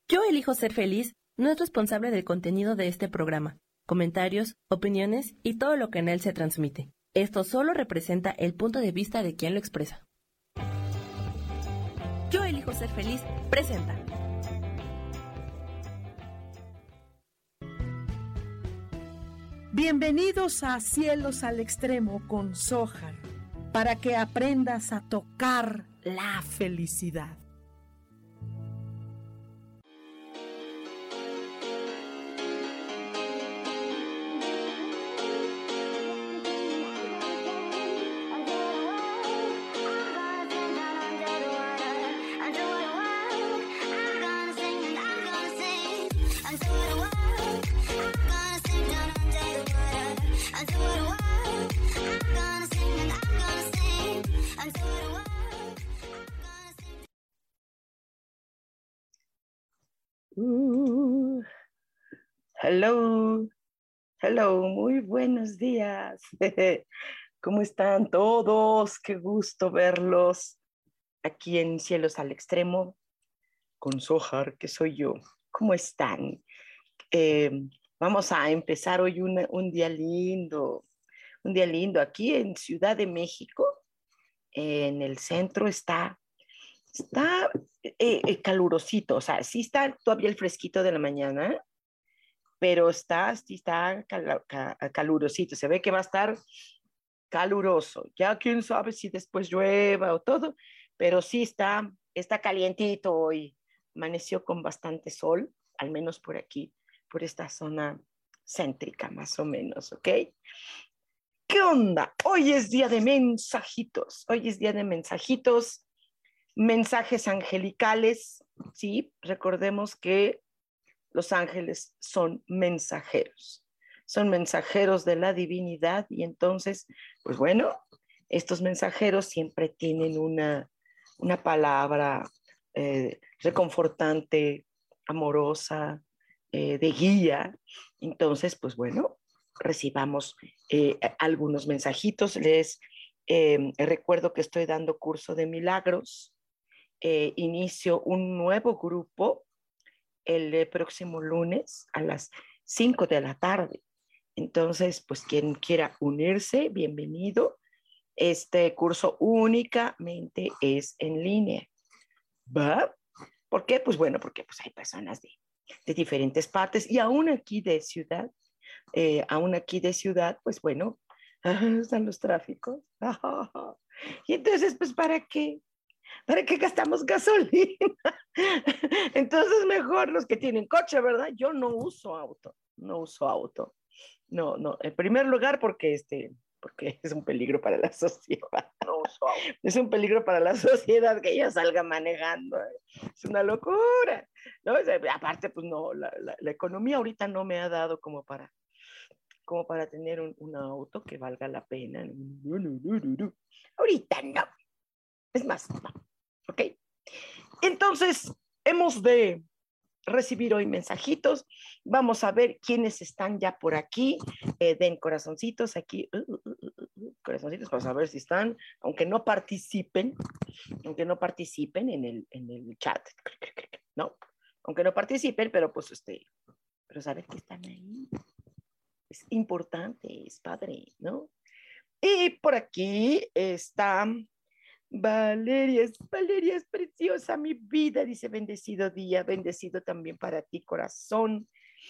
Yo elijo ser feliz no es responsable del contenido de este programa, comentarios, opiniones y todo lo que en él se transmite. Esto solo representa el punto de vista de quien lo expresa. Yo elijo ser feliz presenta. Bienvenidos a Cielos al Extremo con Sohar, para que aprendas a tocar la felicidad. Hello, muy buenos días. ¿Cómo están todos? Qué gusto verlos aquí en Cielos al Extremo con Sohar, que soy yo. ¿Cómo están? Eh, Vamos a empezar hoy un día lindo, aquí en Ciudad de México. En el centro está calurosito, o sea, sí está todavía el fresquito de la mañana, pero sí está calurosito. Se ve que va a estar caluroso. Ya quién sabe si después llueva o todo, pero sí está calientito hoy. Amaneció con bastante sol, al menos por aquí, por esta zona céntrica, más o menos, ¿ok? ¿Qué onda? Hoy es día de mensajitos. Mensajes angelicales, ¿sí? Recordemos que los ángeles son mensajeros de la divinidad, y entonces, pues bueno, estos mensajeros siempre tienen una palabra reconfortante, amorosa, de guía. Entonces, pues bueno, recibamos algunos mensajitos. Les recuerdo que estoy dando curso de milagros. Inicio un nuevo grupo el próximo lunes a las 5 de la tarde. Entonces, pues quien quiera unirse, bienvenido. Este curso únicamente es en línea. ¿Va? ¿Por qué? Pues bueno, porque pues hay personas de diferentes partes, y aún aquí de ciudad, pues bueno, están los tráficos. Y entonces, pues, ¿para qué? ¿Para qué gastamos gasolina? Entonces, mejor los que tienen coche, ¿verdad? Yo no uso auto. No. En primer lugar, porque es un peligro para la sociedad. No uso auto. Es un peligro para la sociedad que ella salga manejando. Es una locura. ¿No? Aparte, pues no, la economía ahorita no me ha dado como para tener un auto que valga la pena. Ahorita no. Es más, no. ¿Ok? Entonces, hemos de recibir hoy mensajitos. Vamos a ver quiénes están ya por aquí. Den corazoncitos aquí. Corazoncitos para saber si están, aunque no participen en el chat. ¿No? Aunque no participen, pero pues pero saber que están ahí. Es importante, es padre, ¿no? Y por aquí está Valeria es preciosa, mi vida, dice: bendecido día, bendecido también para ti, corazón.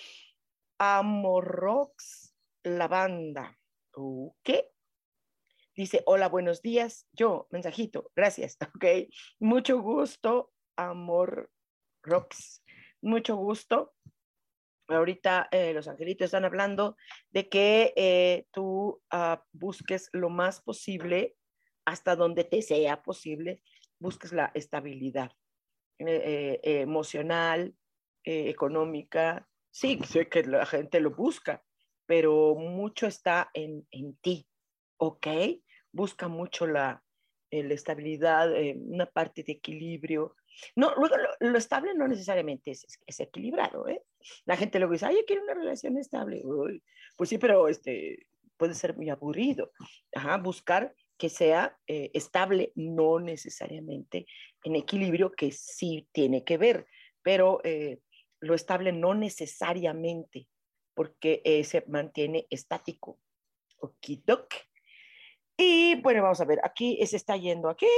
Amorrox, la banda. ¿Qué? Dice: hola, buenos días. Yo, mensajito, gracias. Ok, mucho gusto, Amorrox, mucho gusto. Ahorita los angelitos están hablando de que tú busques lo más posible, hasta donde te sea posible, busques la estabilidad emocional, económica. Sí, sé que la gente lo busca, pero mucho está en ti, ¿ok? Busca mucho la estabilidad, una parte de equilibrio. No, luego lo estable no necesariamente es equilibrado, ¿eh? La gente luego dice: ay, yo quiero una relación estable. Uy, pues sí, pero puede ser muy aburrido. Ajá, buscar que sea estable, no necesariamente en equilibrio, que sí tiene que ver, pero lo estable no necesariamente, porque se mantiene estático. Okidok. Y bueno, vamos a ver, aquí se está yendo, aquí,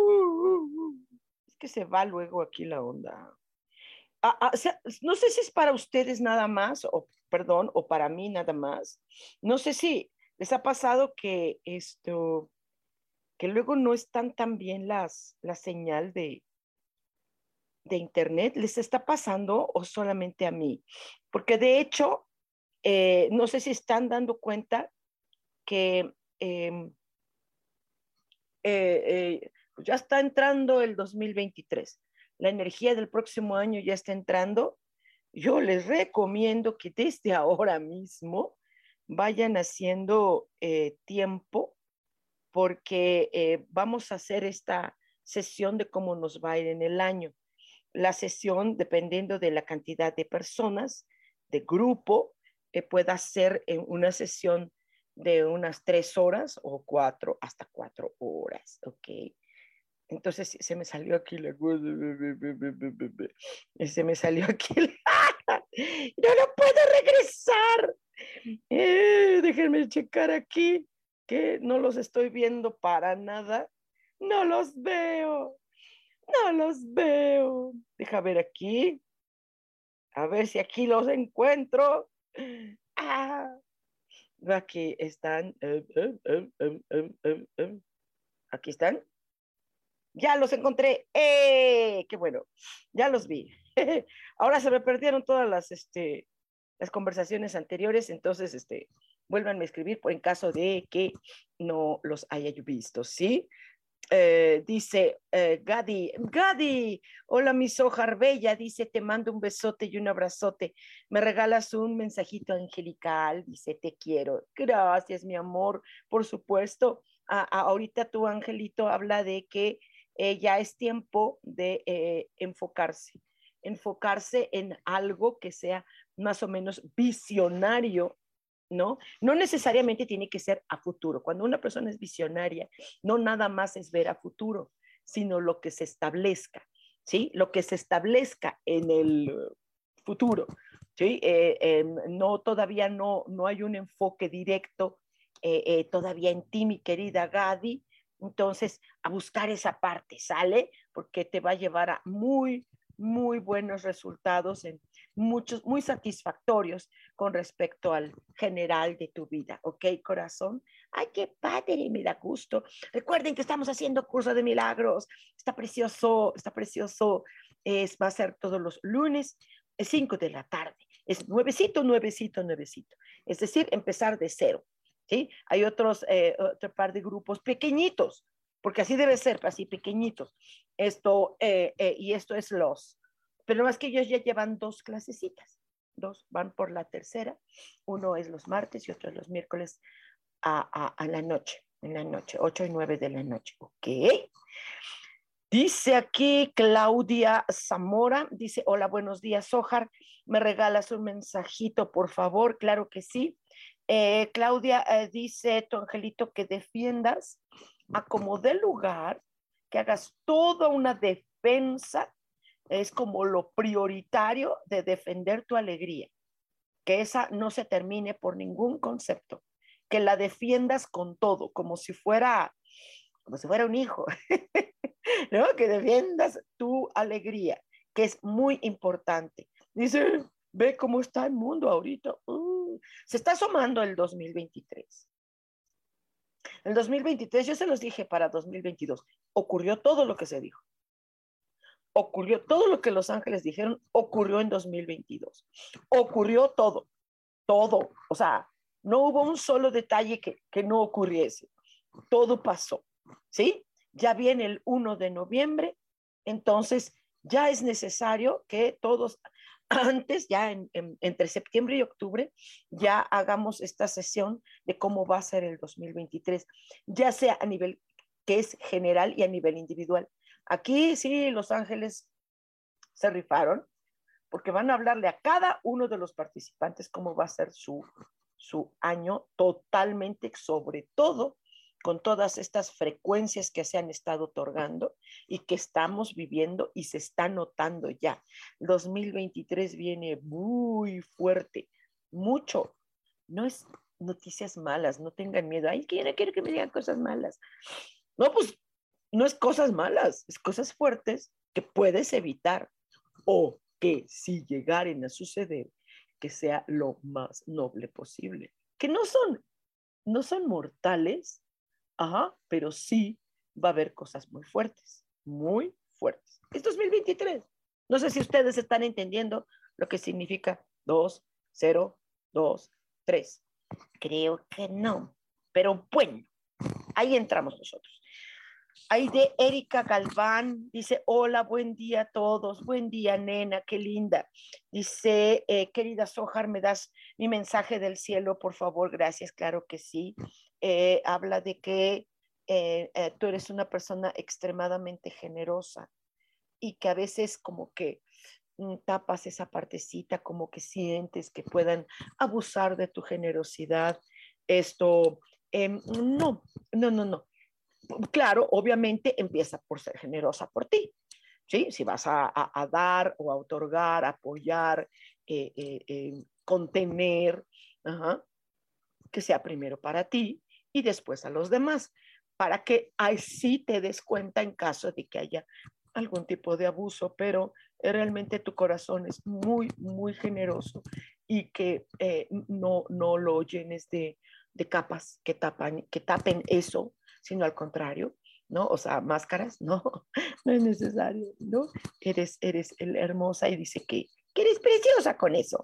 es que se va luego aquí la onda. O sea, no sé si es para ustedes nada más, o perdón, o para mí nada más. No sé si les ha pasado que que luego no están tan bien la señal de internet. ¿Les está pasando o solamente a mí? Porque de hecho, no sé si están dando cuenta que ya está entrando el 2023. La energía del próximo año ya está entrando. Yo les recomiendo que desde ahora mismo vayan haciendo tiempo porque vamos a hacer esta sesión de cómo nos va a ir en el año. La sesión, dependiendo de la cantidad de personas, de grupo, pueda ser en una sesión de unas 3 horas o 4, hasta 4 horas, ¿ok? Entonces se me salió aquí la... Se me salió aquí la... ¡No lo puedo regresar! Déjenme checar aquí, que no los estoy viendo para nada. No los veo, no los veo. Deja ver aquí, a ver si aquí los encuentro. Ah, aquí están. Aquí están. Ya los encontré. ¡Qué bueno! Ya los vi. Ahora se me perdieron todas las conversaciones anteriores, entonces vuélvanme a escribir en caso de que no los haya yo visto, ¿sí? Dice Gadi, hola mi Sojar Bella, dice, te mando un besote y un abrazote, me regalas un mensajito angelical, dice, te quiero, gracias mi amor, por supuesto. Ahorita tu angelito habla de que ya es tiempo de enfocarse en algo que sea más o menos visionario, ¿no? No necesariamente tiene que ser a futuro. Cuando una persona es visionaria, no nada más es ver a futuro, sino lo que se establezca, ¿sí? Lo que se establezca en el futuro, ¿sí? No, todavía no hay un enfoque directo todavía en ti, mi querida Gadi. Entonces, a buscar esa parte, ¿sale? Porque te va a llevar a muy buenos resultados, muchos, muy satisfactorios con respecto al general de tu vida, ¿ok, corazón? Ay, qué padre, me da gusto. Recuerden que estamos haciendo curso de milagros, está precioso, está precioso. Va a ser todos los lunes, 5 de la tarde. Es nuevecito, nuevecito, nuevecito. Es decir, empezar de cero, ¿sí? Hay otro par de grupos pequeñitos, porque así debe ser, así pequeñitos. Y esto es pero más que ellos ya llevan 2 clasecitas, 2 van por la tercera, uno es los martes y otro es los miércoles a la noche, en la noche, 8 y 9 de la noche, ¿ok? Dice aquí Claudia Zamora, dice, hola, buenos días, Sojar, ¿me regalas un mensajito, por favor? Claro que sí. Claudia, dice tu angelito que defiendas a como dé lugar, que hagas toda una defensa, es como lo prioritario de defender tu alegría, que esa no se termine por ningún concepto, que la defiendas con todo, como si fuera un hijo, ¿no? Que defiendas tu alegría, que es muy importante. Dice, ve cómo está el mundo ahorita. Se está asomando el 2023. El 2023, yo se los dije para 2022, ocurrió todo lo que se dijo. Ocurrió todo lo que los ángeles dijeron, ocurrió en 2022. Ocurrió todo, todo. O sea, no hubo un solo detalle que no ocurriese. Todo pasó, ¿sí? Ya viene el 1 de noviembre, entonces ya es necesario que todos antes, ya entre septiembre y octubre, ya hagamos esta sesión de cómo va a ser el 2023, ya sea a nivel que es general y a nivel individual. Aquí sí, Los Ángeles se rifaron, porque van a hablarle a cada uno de los participantes cómo va a ser su año totalmente, sobre todo con todas estas frecuencias que se han estado otorgando y que estamos viviendo y se está notando ya. 2023 viene muy fuerte, mucho. No es noticias malas, no tengan miedo. Ay, que yo no quiero que me digan cosas malas. No, pues no es cosas malas, es cosas fuertes que puedes evitar o que si llegaren a suceder, que sea lo más noble posible. Que no son mortales, ajá, pero sí va a haber cosas muy fuertes, muy fuertes. Es 2023. No sé si ustedes están entendiendo lo que significa 2, 0, 2, 3. Creo que no, pero bueno, ahí entramos nosotros. Ahí de Erika Galván dice, hola, buen día a todos, buen día, nena, qué linda. Dice, querida Sojar, ¿me das mi mensaje del cielo, por favor? Gracias, claro que sí. Habla de que tú eres una persona extremadamente generosa y que a veces como que tapas esa partecita, como que sientes que puedan abusar de tu generosidad. Esto, no, no, no, no. Claro, obviamente empieza por ser generosa por ti, ¿sí? Si vas a dar o a otorgar, apoyar, contener, ajá, que sea primero para ti y después a los demás, para que así te des cuenta en caso de que haya algún tipo de abuso, pero realmente tu corazón es muy, muy generoso y que no lo llenes de capas que tapen eso, sino al contrario, ¿no? O sea, máscaras, no, no es necesario, ¿no? Eres hermosa y dice que eres preciosa con eso.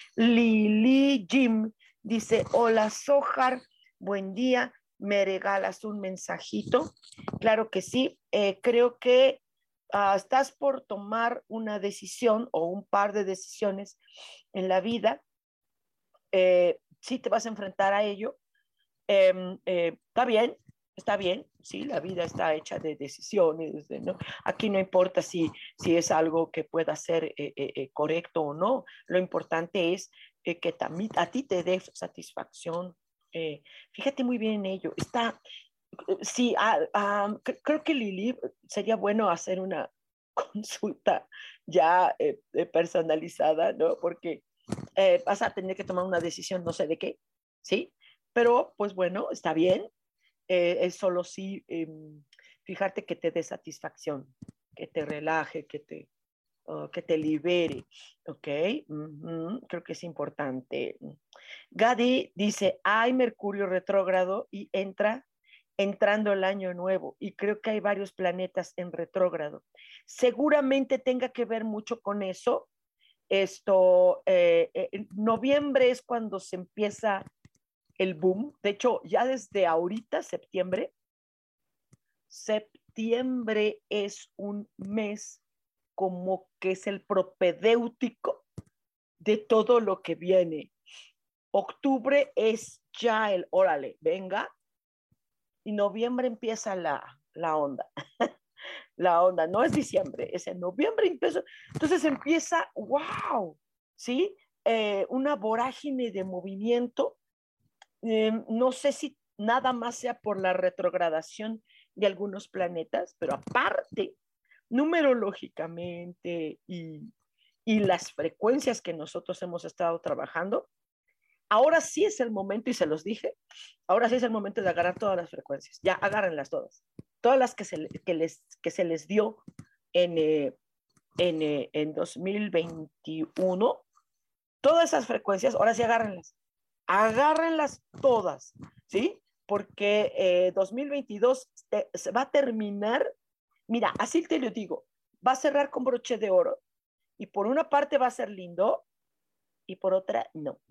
Lili Jim dice, hola Sojar, buen día, ¿me regalas un mensajito? Claro que sí, creo que estás por tomar una decisión o un par de decisiones en la vida, sí te vas a enfrentar a ello, está bien, sí, la vida está hecha de decisiones, ¿no? Aquí no importa si es algo que pueda ser correcto o no, lo importante es que a ti te dé satisfacción. Fíjate muy bien en ello. Sí, creo que Lili sería bueno hacer una consulta ya personalizada, ¿no? Porque vas a tener que tomar una decisión, no sé de qué, ¿sí? Pero pues bueno, está bien, es solo sí fijarte que te dé satisfacción, que te relaje, que te libere, ¿ok? Creo que es importante. Gadi dice, hay Mercurio retrógrado y entrando el año nuevo y creo que hay varios planetas en retrógrado. Seguramente tenga que ver mucho con eso. En noviembre es cuando se empieza el boom. De hecho, ya desde ahorita, septiembre es un mes como que es el propedéutico de todo lo que viene. Octubre es ya el órale, venga, y noviembre empieza la onda. La onda, no es diciembre, es en noviembre empieza. Entonces empieza, wow, ¿sí? Una vorágine de movimiento. No sé si nada más sea por la retrogradación de algunos planetas, pero aparte, numerológicamente y las frecuencias que nosotros hemos estado trabajando, ahora sí es el momento, y se los dije, ahora sí es el momento de agarrar todas las frecuencias. Ya, agárrenlas todas las que se les dio en, en 2021, todas esas frecuencias, ahora sí agárrenlas todas, ¿sí? Porque 2022 se va a terminar, mira, así te lo digo, va a cerrar con broche de oro y por una parte va a ser lindo y por otra no.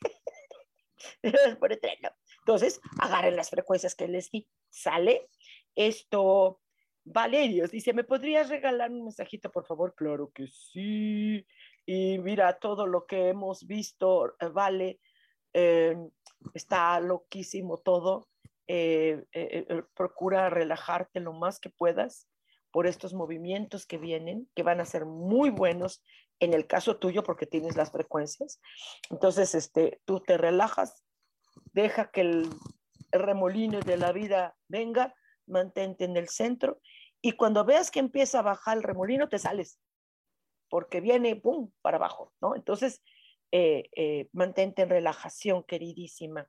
Por otra no. Entonces, agarren las frecuencias que les di, ¿sale? Esto, Valerios dice, ¿me podrías regalar un mensajito, por favor? Claro que sí. Y mira, todo lo que hemos visto, vale, eh, está loquísimo todo. Procura relajarte lo más que puedas por estos movimientos que vienen, que van a ser muy buenos en el caso tuyo porque tienes las frecuencias. Entonces, tú te relajas, deja el remolino de la vida venga, mantente en el centro y cuando veas que empieza a bajar el remolino, te sales, porque viene, ¡pum!, para abajo, ¿no? Entonces, mantente en relajación, queridísima.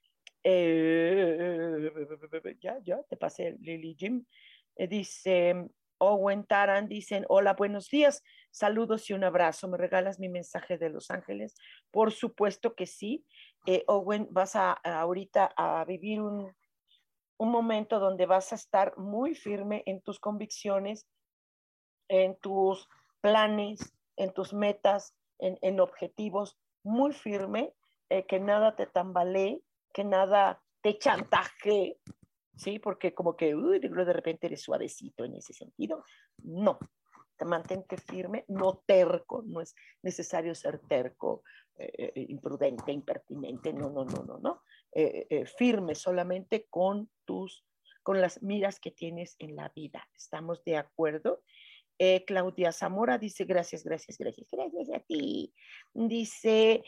Ya, te pasé Lily Jim. Dice Owen Taran, dicen, hola, buenos días, saludos y un abrazo. ¿Me regalas mi mensaje de Los Ángeles? Por supuesto que sí. Owen, vas ahorita a vivir un momento donde vas a estar muy firme en tus convicciones, en tus planes, en tus metas, en objetivos, muy firme, que nada te tambalee, que nada te chantaje, ¿sí? Porque como que de repente eres suavecito en ese sentido. No, te mantente firme, no terco, no es necesario ser terco, imprudente, impertinente, no. Firme solamente con las miras que tienes en la vida. ¿Estamos de acuerdo? Claudia Zamora dice, gracias a ti. Dice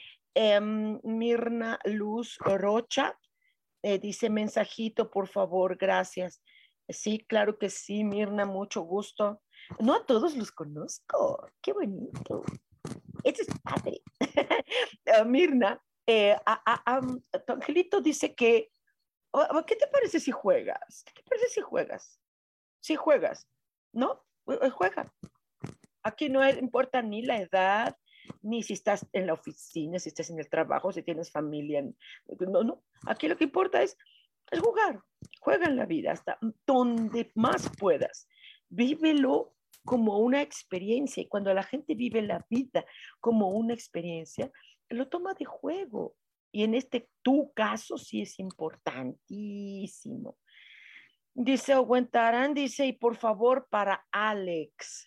Mirna Luz Rocha, dice, mensajito, por favor, gracias. Sí, claro que sí, Mirna, mucho gusto. No a todos los conozco, qué bonito. Esto es padre. Mirna, tu angelito dice que, ¿qué te parece si juegas? ¿Qué te parece si juegas? Si juegas, ¿no? Juega. Aquí no importa ni la edad, ni si estás en la oficina, si estás en el trabajo, si tienes familia. No. Aquí lo que importa es jugar. Juega en la vida hasta donde más puedas. Vívelo como una experiencia. Y cuando la gente vive la vida como una experiencia, lo toma de juego. Y en tu caso sí es importantísimo. Dice Owen Taran, dice, y por favor para Alex.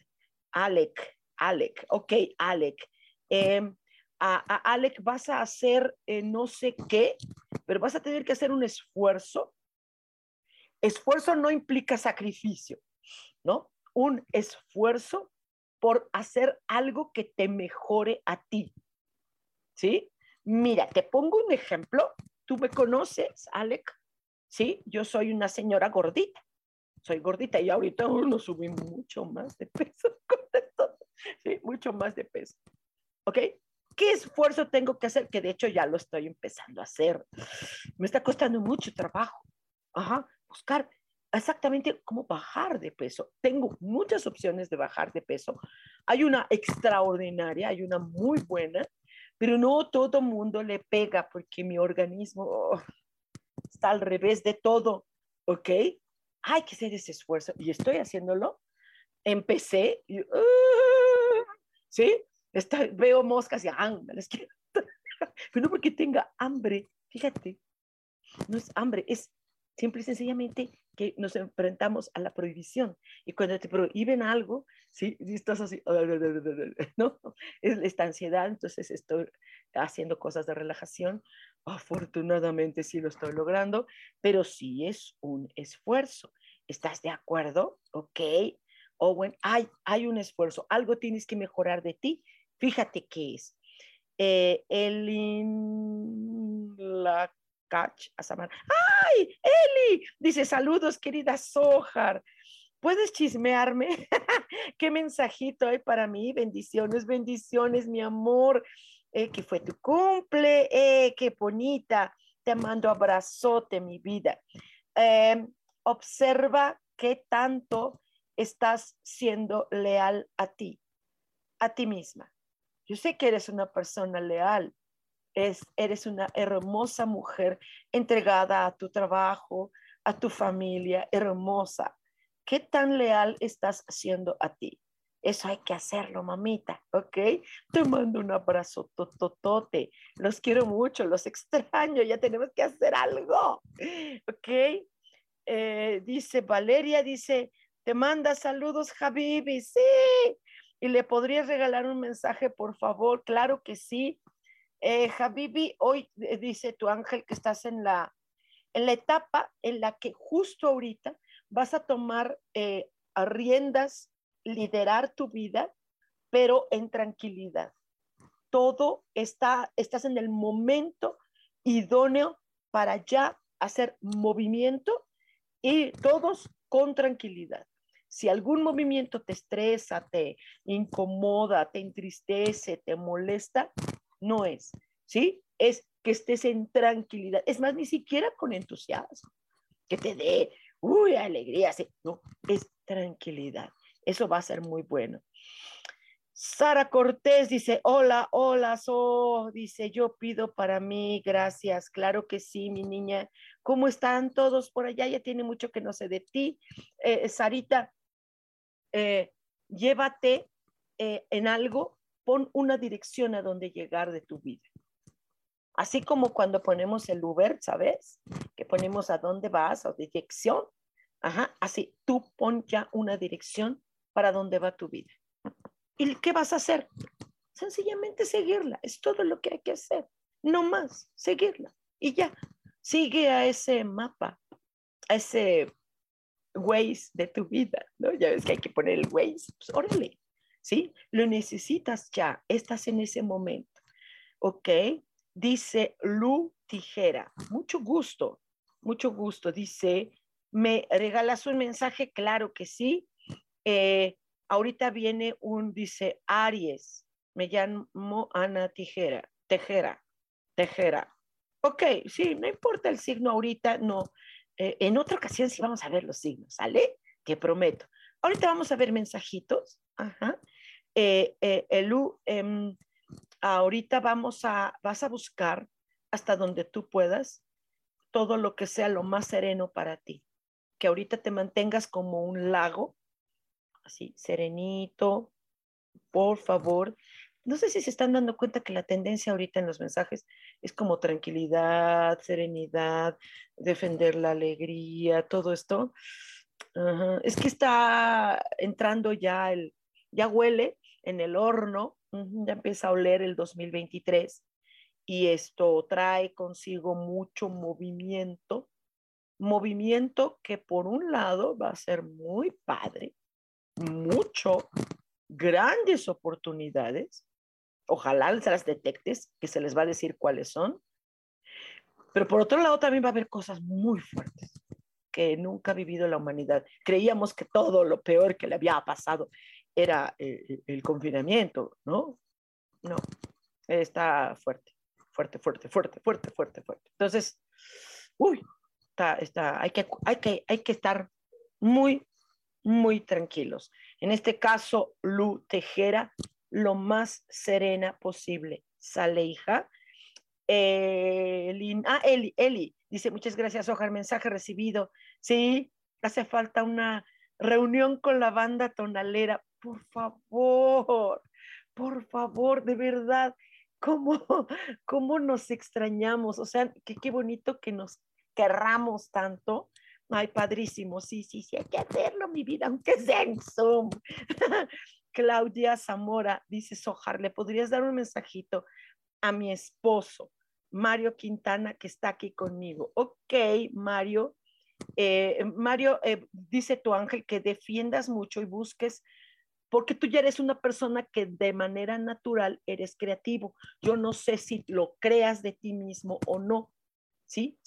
Alec, ok, Alec. A Alec vas a hacer no sé qué, pero vas a tener que hacer un esfuerzo. Esfuerzo no implica sacrificio, ¿no? Un esfuerzo por hacer algo que te mejore a ti, ¿sí? Mira, te pongo un ejemplo. Tú me conoces, Alec, ¿sí? Yo soy una señora gordita. Soy gordita y ahorita uno subí mucho más de peso con esto, ¿sí? Mucho más de peso. ¿Ok? ¿Qué esfuerzo tengo que hacer? Que de hecho ya lo estoy empezando a hacer. Me está costando mucho trabajo. Ajá, buscar exactamente cómo bajar de peso. Tengo muchas opciones de bajar de peso. Hay una extraordinaria, hay una muy buena, pero no todo mundo le pega porque mi organismo está al revés de todo. ¿Ok? Hay que hacer ese esfuerzo y estoy haciéndolo. Empecé y, ¿sí? Veo moscas y me las quiero. Pero no porque tenga hambre, fíjate, no es hambre, es simple y sencillamente que nos enfrentamos a la prohibición. Y cuando te prohíben algo, ¿sí? Y estás así, ¿no? Es esta ansiedad, entonces estoy haciendo cosas de relajación. Afortunadamente sí lo estoy logrando, pero sí es un esfuerzo. ¿Estás de acuerdo? Ok. Owen, hay un esfuerzo, algo tienes que mejorar de ti. Fíjate qué es. Elin la Cach Asamar. ¡Ay! Eli, dice, saludos, querida Sojar. ¿Puedes chismearme? ¿Qué mensajito hay para mí? Bendiciones, mi amor. Que fue tu cumple. Qué bonita. Te mando abrazote, mi vida. Observa qué tanto estás siendo leal a ti misma. Yo sé que eres una persona leal, eres una hermosa mujer entregada a tu trabajo, a tu familia, hermosa. ¿Qué tan leal estás siendo a ti? Eso hay que hacerlo, mamita, ¿ok? Te mando un abrazo tototote. Los quiero mucho, los extraño, ya tenemos que hacer algo, ¿ok? Dice Valeria, dice, te manda saludos, Habibi, sí. ¿Y le podrías regalar un mensaje, por favor? Claro que sí. Habibi, hoy dice tu ángel que estás en la etapa en la que justo ahorita vas a tomar a riendas, liderar tu vida, pero en tranquilidad. Estás en el momento idóneo para ya hacer movimiento y todos con tranquilidad. Si algún movimiento te estresa, te incomoda, te entristece, te molesta, no es, ¿sí? Es que estés en tranquilidad. Es más, ni siquiera con entusiasmo, que te dé, alegría, ¿sí? No, es tranquilidad. Eso va a ser muy bueno. Sara Cortés dice, hola, hola, dice, yo pido para mí, gracias, claro que sí, mi niña, ¿cómo están todos por allá? Ya tiene mucho que no sé de ti. Sarita, llévate en algo, pon una dirección a donde llegar de tu vida. Así como cuando ponemos el Uber, ¿sabes? Que ponemos a dónde vas o dirección. Ajá, así, tú pon ya una dirección para dónde va tu vida. ¿Y qué vas a hacer? Sencillamente seguirla, es todo lo que hay que hacer. No más, seguirla. Y ya, sigue a ese mapa, a ese Waze de tu vida, ¿no? Ya ves que hay que poner el Waze, pues órale, ¿sí? Lo necesitas ya, estás en ese momento, ¿ok? Dice Lu Tijera, mucho gusto, dice, ¿me regalas un mensaje? Claro que sí. Ahorita viene dice, Aries, me llamo Ana Tejera. Ok, sí, no importa el signo ahorita, no. En otra ocasión sí vamos a ver los signos, ¿sale? Que prometo. Ahorita vamos a ver mensajitos. Ajá. Elu, ahorita vas a buscar hasta donde tú puedas todo lo que sea lo más sereno para ti. Que ahorita te mantengas como un lago, así, serenito, por favor. No sé si se están dando cuenta que la tendencia ahorita en los mensajes es como tranquilidad, serenidad, defender la alegría, todo esto. Ajá. Es que está entrando ya huele en el horno, ya empieza a oler el 2023 y esto trae consigo mucho movimiento que por un lado va a ser muy padre, mucho, grandes oportunidades. Ojalá se las detectes, que se les va a decir cuáles son. Pero por otro lado también va a haber cosas muy fuertes que nunca ha vivido la humanidad. Creíamos que todo lo peor que le había pasado era el confinamiento, ¿no? No, está fuerte, fuerte, fuerte, fuerte, fuerte, fuerte, fuerte. Entonces, uy, hay que estar muy, muy tranquilos. En este caso, Lu Tejera, lo más serena posible. Sale, hija. Eli, dice, muchas gracias, Ojar, mensaje recibido. Sí, hace falta una reunión con la banda tonalera. Por favor, de verdad, ¿cómo, cómo nos extrañamos? O sea, qué bonito que nos querramos tanto. Ay, padrísimo, sí, sí, sí, hay que hacerlo, mi vida, aunque sea en Zoom. Claudia Zamora dice, Sojar, ¿le podrías dar un mensajito a mi esposo, Mario Quintana, que está aquí conmigo? Ok, Mario. Mario, dice tu ángel que defiendas mucho y busques, porque tú ya eres una persona que de manera natural eres creativo. Yo no sé si lo creas de ti mismo o no, ¿sí?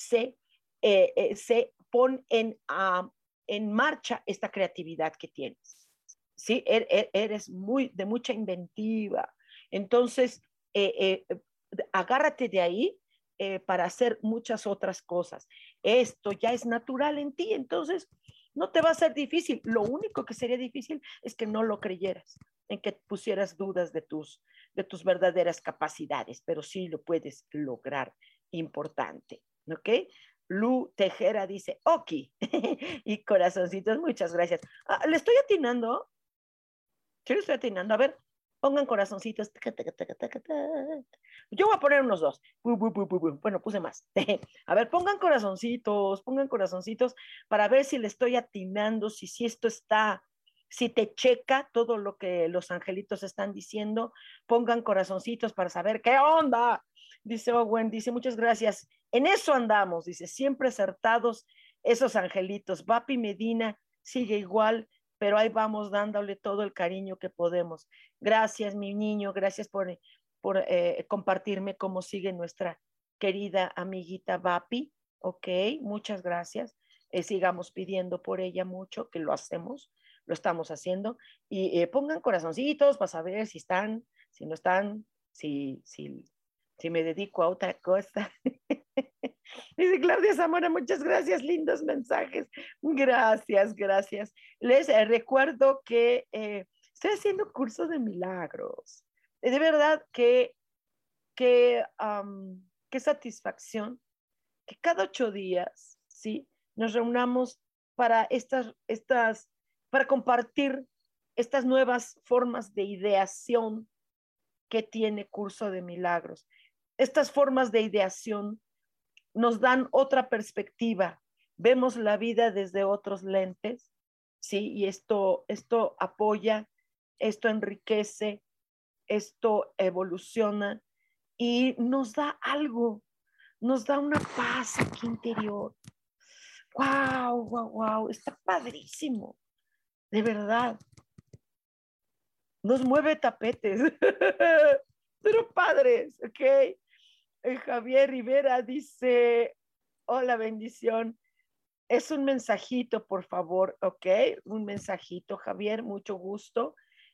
Pon en marcha esta creatividad que tienes, ¿sí? Eres de mucha inventiva. Entonces, agárrate de ahí para hacer muchas otras cosas. Esto ya es natural en ti, entonces no te va a ser difícil. Lo único que sería difícil es que no lo creyeras, en que pusieras dudas de tus verdaderas capacidades, pero sí lo puedes lograr. Importante, ¿ok? Lu Tejera dice, ok, y corazoncitos, muchas gracias. ¿Le estoy atinando? ¿Sí le estoy atinando? A ver, pongan corazoncitos. Yo voy a poner unos dos. Bueno, puse más. A ver, pongan corazoncitos para ver si le estoy atinando, si esto está, si te checa todo lo que los angelitos están diciendo. Pongan corazoncitos para saber qué onda. Dice Owen, dice, muchas gracias. En eso andamos, dice, siempre acertados esos angelitos. Vapi Medina sigue igual, pero ahí vamos dándole todo el cariño que podemos. Gracias, mi niño, gracias por compartirme cómo sigue nuestra querida amiguita Vapi. Ok, muchas gracias. Sigamos pidiendo por ella mucho, que lo hacemos, lo estamos haciendo. Y pongan corazoncitos para saber si están, si no están, si me dedico a otra cosa. Dice Claudia Zamora, muchas gracias, lindos mensajes. Gracias, gracias. Les recuerdo que estoy haciendo curso de milagros. De verdad qué satisfacción que cada 8 días, ¿sí? Nos reunamos para para compartir estas nuevas formas de ideación que tiene Curso de Milagros. Estas formas de ideación nos dan otra perspectiva, vemos la vida desde otros lentes, ¿sí? Y esto apoya, esto enriquece, esto evoluciona y nos da algo, nos da una paz aquí interior. Wow, wow, wow, está padrísimo, de verdad. Nos mueve tapetes, pero padres, ¿ok? Javier Rivera dice, hola, bendición. Es un mensajito, por favor, ¿ok? Un mensajito, Javier, mucho gusto.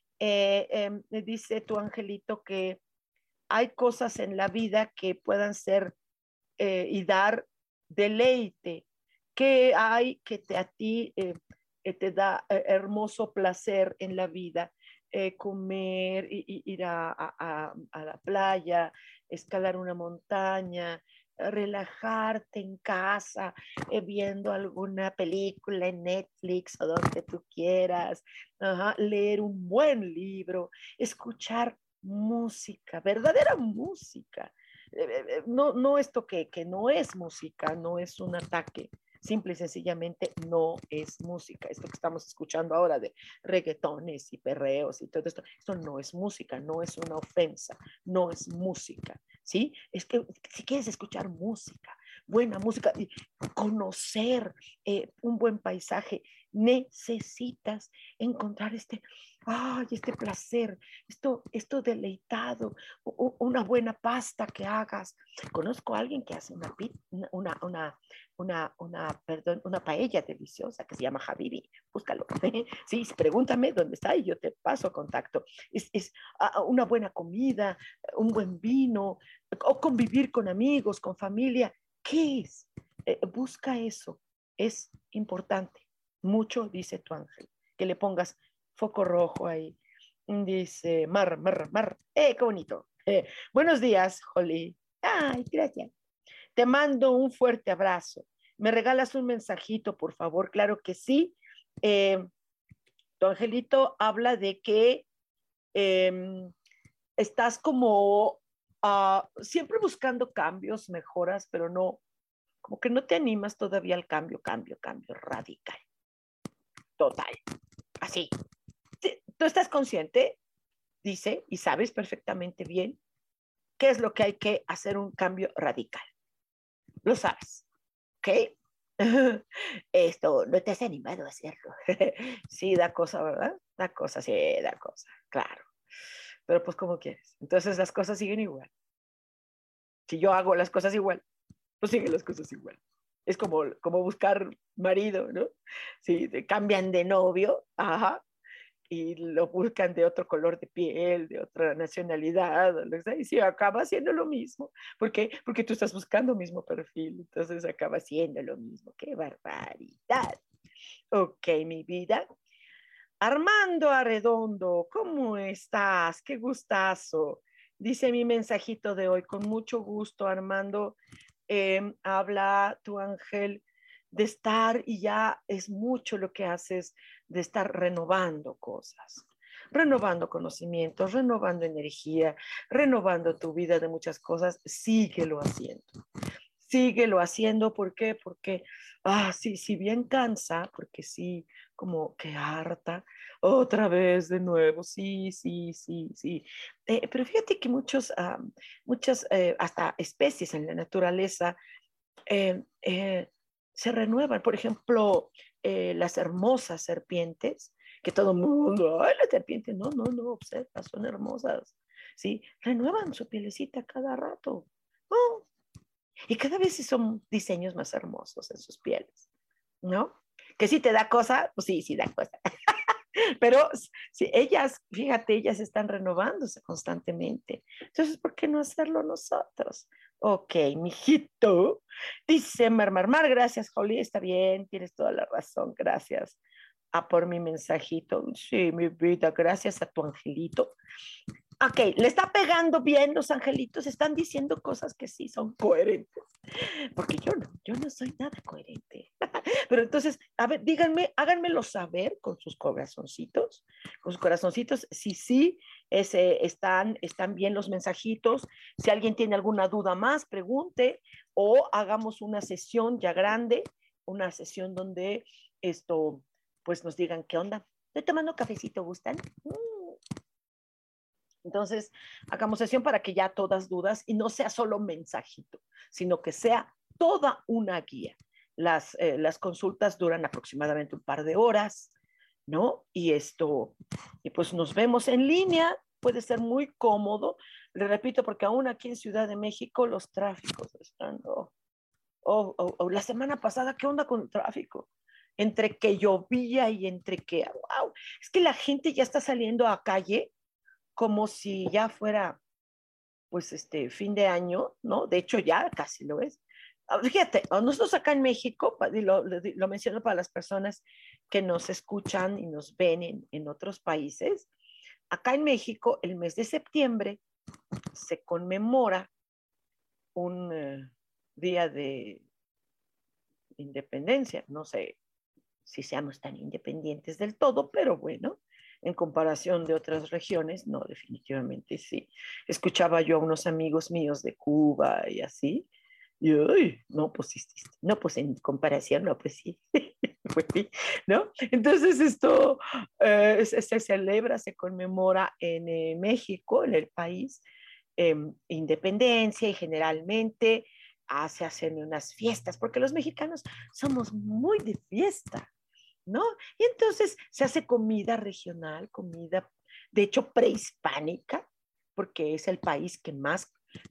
Dice tu angelito que hay cosas en la vida que puedan ser y dar deleite, que hay que a ti te da hermoso placer en la vida, comer, ir a la playa, escalar una montaña, relajarte en casa, viendo alguna película en Netflix o donde tú quieras, leer un buen libro, escuchar música, verdadera música. No esto que no es música, no es un ataque, simple y sencillamente no es música. Esto que estamos escuchando ahora de reggaetones y perreos y todo esto no es música, no es una ofensa, no es música, ¿sí? Es que si quieres escuchar música, buena música, y conocer un buen paisaje, necesitas encontrar este placer, esto deleitado, una buena pasta que hagas. Conozco a alguien que hace una paella deliciosa que se llama Habibi, búscalo. Sí, pregúntame dónde está y yo te paso contacto. Es una buena comida, un buen vino, o convivir con amigos, con familia. ¿Qué es? Busca eso, es importante. Mucho, dice tu ángel, que le pongas foco rojo ahí. Dice, mar. Qué bonito! Buenos días, Holly. Ay, gracias. Te mando un fuerte abrazo. ¿Me regalas un mensajito, por favor? Claro que sí. Tu angelito habla de que estás como siempre buscando cambios, mejoras, pero no, como que no te animas todavía al cambio radical, total, así. ¿Tú estás consciente? Dice, y sabes perfectamente bien qué es lo que hay que hacer un cambio radical. Lo sabes, ¿ok? Esto, no te has animado a hacerlo. Sí, da cosa, ¿verdad? Da cosa, sí, da cosa, claro. Pero pues, ¿cómo quieres? Entonces las cosas siguen igual. Si yo hago las cosas igual, pues siguen las cosas igual. Es como buscar marido, ¿no? Sí, cambian de novio, ajá, y lo buscan de otro color de piel, de otra nacionalidad, y sí, acaba siendo lo mismo. ¿Por qué? Porque tú estás buscando el mismo perfil, entonces acaba siendo lo mismo. ¡Qué barbaridad! Ok, mi vida. Armando Arredondo, ¿cómo estás? ¡Qué gustazo! Dice mi mensajito de hoy, con mucho gusto, Armando. Habla tu ángel de estar, y ya es mucho lo que haces, de estar renovando cosas, renovando conocimientos, renovando energía, renovando tu vida de muchas cosas. Síguelo haciendo. ¿Por qué? Porque, sí, si bien cansa, porque sí, como que harta, otra vez de nuevo, sí. Pero fíjate que muchas, hasta especies en la naturaleza, se renuevan. Por ejemplo, las hermosas serpientes, que todo el mundo, ay, las serpientes, no, observa, son hermosas, ¿sí? Renuevan su pielecita cada rato. Oh, Y cada vez sí son diseños más hermosos en sus pieles, ¿no? Que si te da cosa, pues sí, sí da cosa. Pero si ellas, fíjate, ellas están renovándose constantemente. Entonces, ¿por qué no hacerlo nosotros? Ok, mijito. Dice Mar, gracias, Holly, está bien, tienes toda la razón, gracias. Por mi mensajito. Sí, mi vida, gracias a tu angelito. Ok, le está pegando bien los angelitos, están diciendo cosas que sí son coherentes, porque yo no soy nada coherente. Pero entonces, a ver, díganme, háganmelo saber con sus corazoncitos, si sí están bien los mensajitos, si alguien tiene alguna duda más, pregunte, o hagamos una sesión ya grande, una sesión donde pues nos digan qué onda. Estoy tomando cafecito, ¿gustan? Entonces, hagamos sesión para que ya todas dudas y no sea solo mensajito, sino que sea toda una guía. Las consultas duran aproximadamente un par de horas, ¿no? Y pues nos vemos en línea, puede ser muy cómodo. Le repito, porque aún aquí en Ciudad de México los tráficos están, la semana pasada, ¿qué onda con el tráfico? Entre que llovía y entre que, wow, es que la gente ya está saliendo a calle como si ya fuera, pues, fin de año, ¿no? De hecho, ya casi lo es. Fíjate, nosotros acá en México, y lo menciono para las personas que nos escuchan y nos ven en otros países, acá en México, el mes de septiembre se conmemora un día de independencia. No sé si seamos tan independientes del todo, pero bueno, en comparación de otras regiones, no, definitivamente sí. Escuchaba yo a unos amigos míos de Cuba y así, y uy, no, pues sí, no, pues en comparación, no, pues sí, pues sí, ¿no? Entonces esto se celebra, se conmemora en México, en el país, independencia y generalmente se hacen unas fiestas, porque los mexicanos somos muy de fiesta, ¿no? Y entonces se hace comida regional, comida, de hecho, prehispánica, porque es el país que más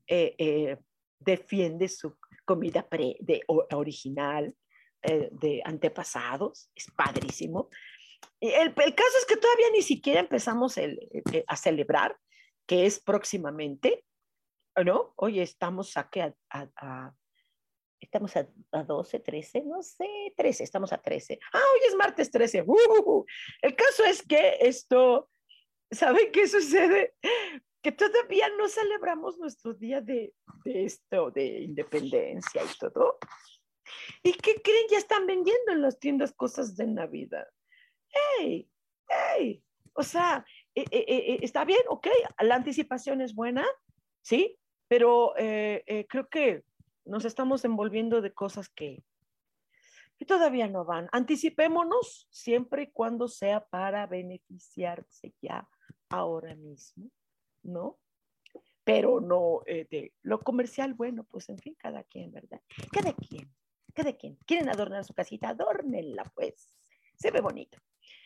defiende su comida original, de antepasados, es padrísimo. El caso es que todavía ni siquiera empezamos a celebrar, que es próximamente, ¿no? Hoy estamos aquí estamos a 12, 13, no sé, 13, estamos a 13. Hoy es martes 13. El caso es que ¿saben qué sucede? Que todavía no celebramos nuestro día de independencia y todo. ¿Y qué creen? Ya están vendiendo en las tiendas cosas de Navidad. ¡Hey! ¡Hey! O sea, está bien, ok, la anticipación es buena, ¿sí? Pero creo que nos estamos envolviendo de cosas que todavía no van. Anticipémonos siempre y cuando sea para beneficiarse ya ahora mismo, ¿no? Pero no de lo comercial, bueno, pues en fin, cada quien, ¿verdad? Cada quien, cada quien. ¿Quieren adornar su casita? Adórnenla, pues. Se ve bonito.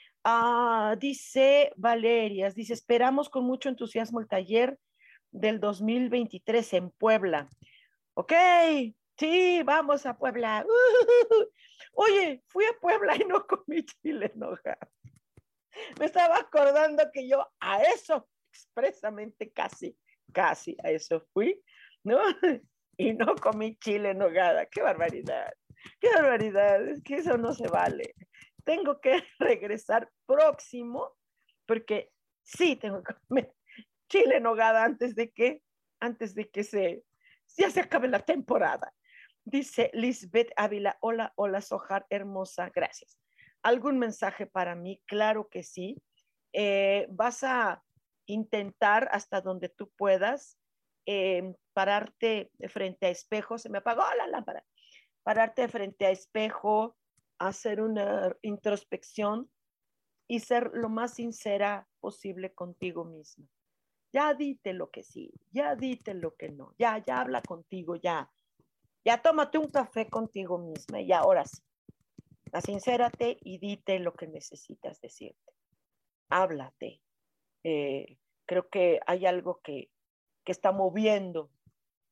Dice Valerias, dice, esperamos con mucho entusiasmo el taller del 2023 en Puebla. Ok, sí, vamos a Puebla. Oye, fui a Puebla y no comí chile en hoja. Me estaba acordando que yo a eso, expresamente casi a eso fui, ¿no? Y no comí chile en nogada. ¡Qué barbaridad! ¡Qué barbaridad! Es que eso no se vale. Tengo que regresar próximo porque sí tengo que comer chile en nogada antes de que ya se acabe la temporada. Dice Lisbeth Ávila, hola, hola, Sojar, hermosa, gracias. ¿Algún mensaje para mí? Claro que sí. Vas a intentar hasta donde tú puedas pararte frente a espejo. Se me apagó la lámpara. Pararte frente a espejo, hacer una introspección y ser lo más sincera posible contigo misma. Ya dite lo que sí, ya dite lo que no, ya habla contigo, ya tómate un café contigo misma y ahora sí, sincérate y dite lo que necesitas decirte. Háblate. Creo que hay algo que está moviendo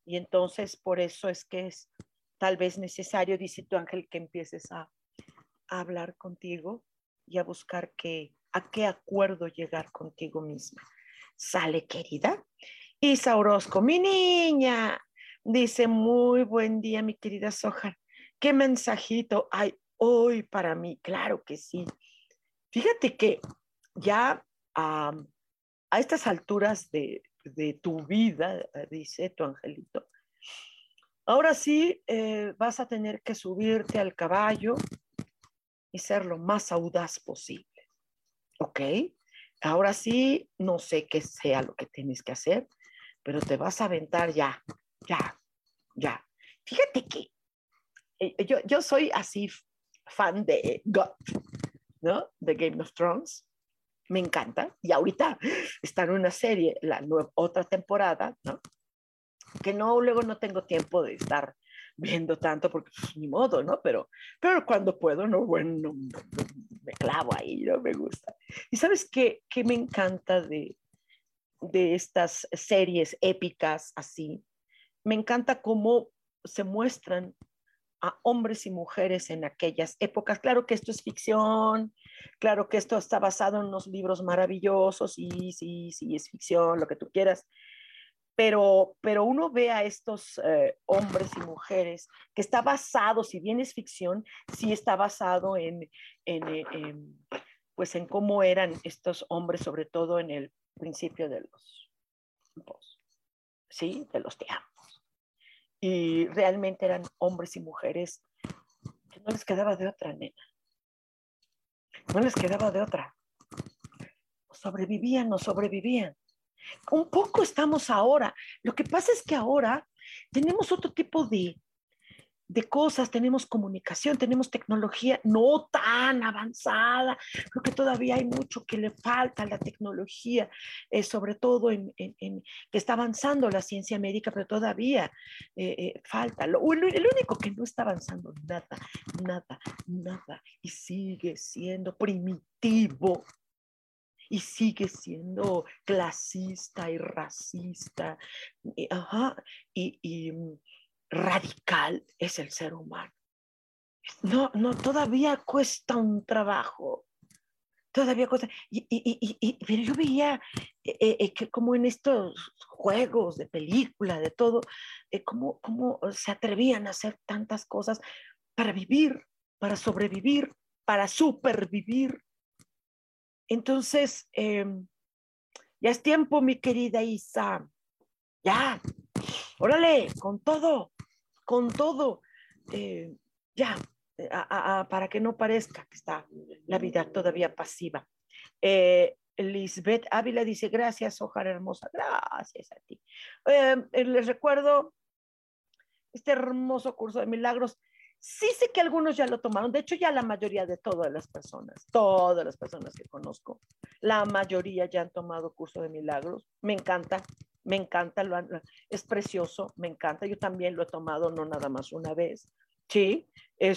Y entonces por eso es que es tal vez necesario, dice tu ángel, que empieces a hablar contigo y a buscar a qué acuerdo llegar contigo misma. ¿Sale, querida? Isa Orozco, mi niña, dice, muy buen día, mi querida Sojar. ¿Qué mensajito hay hoy para mí? Claro que sí. Fíjate que ya a estas alturas de tu vida, dice tu angelito, ahora sí vas a tener que subirte al caballo y ser lo más audaz posible. ¿Ok? Ahora sí, no sé qué sea lo que tienes que hacer, pero te vas a aventar ya, ya, ya. Fíjate que yo soy así fan de God, ¿no? De Game of Thrones. Me encanta. Y ahorita está en una serie, otra temporada, ¿no? Que no, luego no tengo tiempo de estar viendo tanto porque pues, ni modo, ¿no? Pero cuando puedo, no, bueno, me clavo ahí, ¿no? Me gusta. Y sabes qué me encanta de estas series épicas así. Me encanta cómo se muestran a hombres y mujeres en aquellas épocas. Claro que esto es ficción, claro que esto está basado en unos libros maravillosos, sí, sí, sí, es ficción, lo que tú quieras, pero uno ve a estos hombres y mujeres que está basado, si bien es ficción, sí está basado pues en cómo eran estos hombres, sobre todo en el principio de los tiempos, ¿sí? De los tiempos. Y realmente eran hombres y mujeres que no les quedaba de otra, nena. No les quedaba de otra. Sobrevivían o sobrevivían. Un poco estamos ahora. Lo que pasa es que ahora tenemos otro tipo de cosas, tenemos comunicación, tenemos tecnología no tan avanzada. Creo que todavía hay mucho que le falta a la tecnología, sobre todo en que está avanzando la ciencia médica, pero todavía falta. El único que no está avanzando nada, nada, nada, y sigue siendo primitivo y sigue siendo clasista y racista ajá, y radical es el ser humano. No, no, todavía cuesta un trabajo, todavía cuesta. Pero yo veía que como en estos juegos de película, de todo, cómo se atrevían a hacer tantas cosas para vivir, para sobrevivir, para supervivir. Entonces, ya es tiempo, mi querida Isa. Ya, órale, con todo. Ya, para que no parezca que está la vida todavía pasiva. Lisbeth Ávila dice, gracias, Ojar hermosa, gracias a ti. Les recuerdo este hermoso curso de milagros. Sí sé que algunos ya lo tomaron, de hecho ya la mayoría de todas las personas que conozco, la mayoría ya han tomado curso de milagros. Me encanta, es precioso, me encanta. Yo también lo he tomado, no nada más una vez. Sí,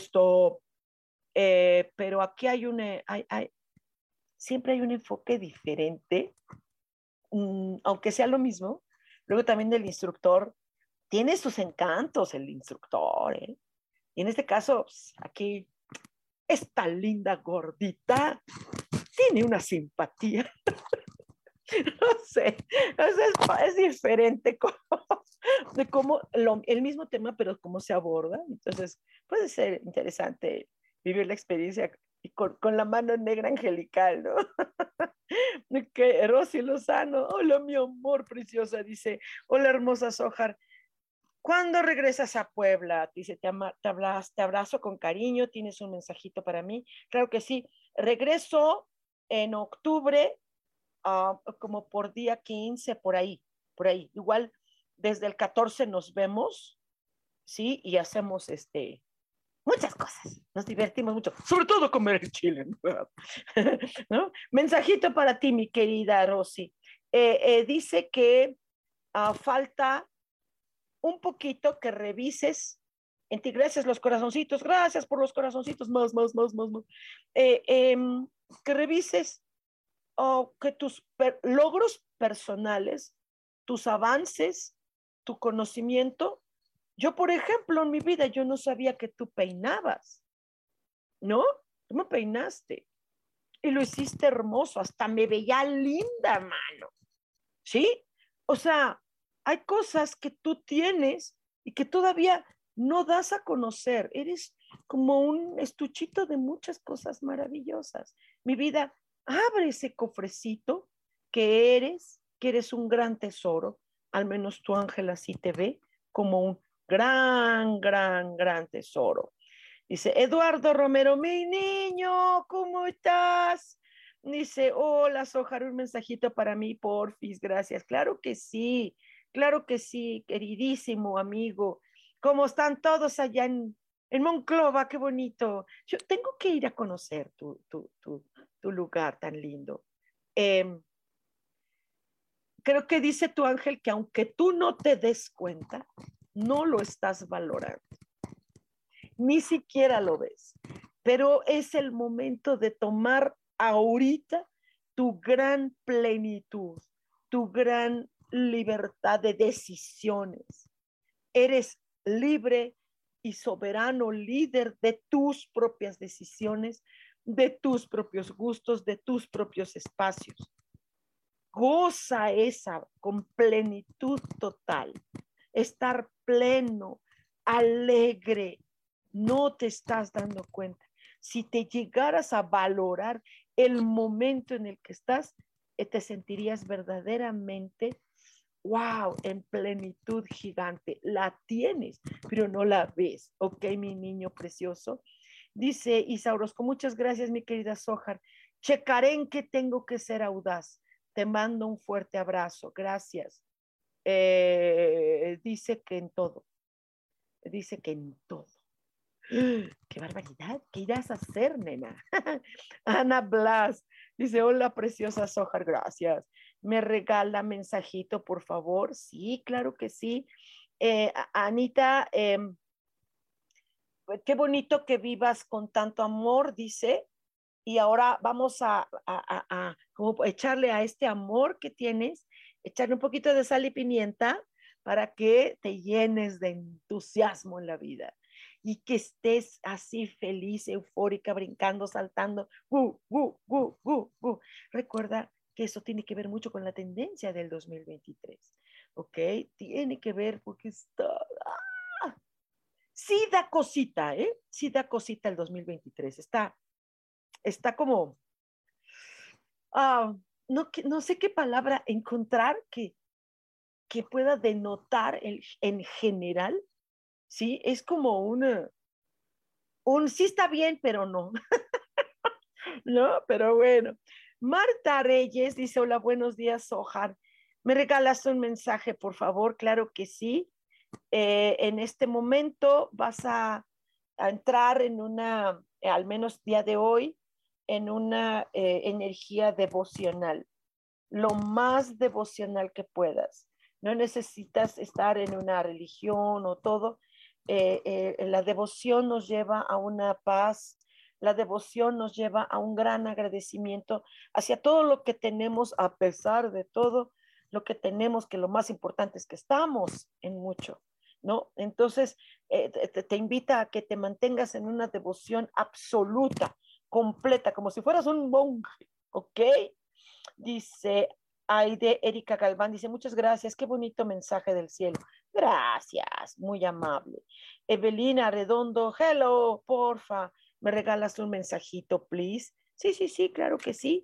pero aquí siempre hay un enfoque diferente, aunque sea lo mismo. Luego también del instructor, tiene sus encantos el instructor, ¿eh? Y en este caso, aquí, esta linda gordita tiene una simpatía. No sé, es diferente de cómo el mismo tema, pero cómo se aborda. Entonces, puede ser interesante vivir la experiencia con la mano negra angelical, ¿no? Que Rosy Lozano, hola mi amor preciosa, dice, hola hermosa Sojar, ¿cuándo regresas a Puebla? Dice, te abrazo con cariño, tienes un mensajito para mí. Claro que sí, regreso en octubre, como por día 15, por ahí. Igual desde el 14 nos vemos, ¿sí? Y hacemos muchas cosas, nos divertimos mucho, sobre todo comer el chile, ¿no? Mensajito para ti, mi querida Rosy. Dice que falta un poquito que revises en ti. Gracias los corazoncitos, gracias por los corazoncitos, más. Eh, eh, que revises que tus logros personales, tus avances tu conocimiento. Yo, por ejemplo, en mi vida, yo no sabía que tú peinabas, ¿no? Tú me peinaste y lo hiciste hermoso, hasta me veía linda, mano, ¿sí? O sea, hay cosas que tú tienes y que todavía no das a conocer. Eres como un estuchito de muchas cosas maravillosas. Mi vida, abre ese cofrecito que eres un gran tesoro. Al menos tu ángel así te ve como un gran, gran, gran tesoro. Dice, Eduardo Romero, mi niño, ¿cómo estás? Dice, hola, Sojar, un mensajito para mí, porfis, gracias. Claro que sí, queridísimo amigo. ¿Cómo están todos allá en Monclova? Qué bonito. Yo tengo que ir a conocer tu lugar tan lindo. Eh, Creo que dice tu ángel que aunque tú no te des cuenta, no lo estás valorando, ni siquiera lo ves, pero es el momento de tomar ahorita tu gran plenitud, tu gran libertad de decisiones. Eres libre y soberano líder de tus propias decisiones, de tus propios gustos, de tus propios espacios. Goza esa con plenitud total, estar pleno, alegre. No te estás dando cuenta. Si te llegaras a valorar el momento en el que estás, te sentirías verdaderamente, wow, en plenitud gigante. La tienes, pero no la ves. Ok, mi niño precioso. Dice Isaurosco, muchas gracias, mi querida Sojar. Checaré en qué tengo que ser audaz. Te mando un fuerte abrazo. Gracias. Dice que en todo. Dice que en todo. ¡Qué barbaridad! ¿Qué irás a hacer, nena? Ana Blas dice, hola, preciosa Sojar, gracias. ¿Me regala mensajito, por favor? Sí, claro que sí. Anita, qué bonito que vivas con tanto amor, dice. Y ahora vamos a como echarle a este amor que tienes, echarle un poquito de sal y pimienta para que te llenes de entusiasmo en la vida y que estés así feliz, eufórica, brincando, saltando. Recuerda que eso tiene que ver mucho con la tendencia del 2023, ¿ok? Tiene que ver porque está... Sí da cosita, ¿eh? Sí da cosita el 2023. Está como ah, no, no sé qué palabra encontrar que pueda denotar en general, ¿sí? Es como un sí está bien, pero no, ¿no? Pero bueno. Marta Reyes dice, hola, buenos días, Sojar. ¿Me regalas un mensaje, por favor? Claro que sí. En este momento vas a entrar en una, al menos día de hoy, en una energía devocional, lo más devocional que puedas. No necesitas estar en una religión o todo. La devoción nos lleva a una paz, la devoción nos lleva a un gran agradecimiento hacia todo lo que tenemos, a pesar de todo lo que tenemos, que lo más importante es que estamos en mucho, ¿no? Entonces, te invita a que te mantengas en una devoción absoluta, completa, como si fueras un monje, ¿ok? Dice Aide Erika Galván, dice, muchas gracias, qué bonito mensaje del cielo. Gracias, muy amable. Evelina Redondo, hello, porfa, ¿me regalas un mensajito, please? Sí, sí, sí, claro que sí.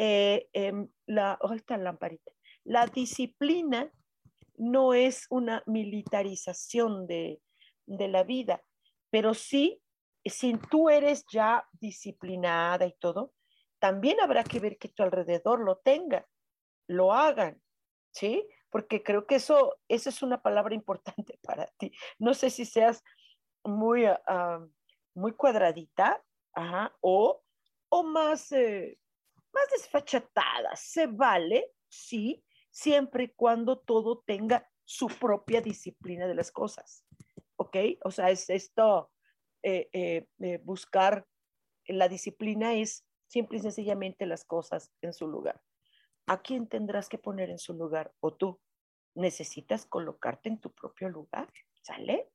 Esta lamparita. La disciplina no es una militarización de la vida, pero sí, si tú eres ya disciplinada y todo, también habrá que ver que tu alrededor lo tenga, lo hagan, ¿sí? Porque creo que eso es una palabra importante para ti. No sé si seas muy, muy cuadradita, ajá, o más, más desfachatada. Se vale, sí, siempre y cuando todo tenga su propia disciplina de las cosas, ¿ok? O sea, es esto, buscar la disciplina es simple y sencillamente las cosas en su lugar. ¿A quién tendrás que poner en su lugar? ¿O tú? necesitas colocarte en tu propio lugar, ¿sale?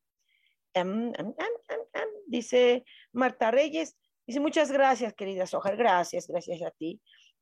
Dice Marta Reyes, dice, muchas gracias, querida Sojar, gracias a ti.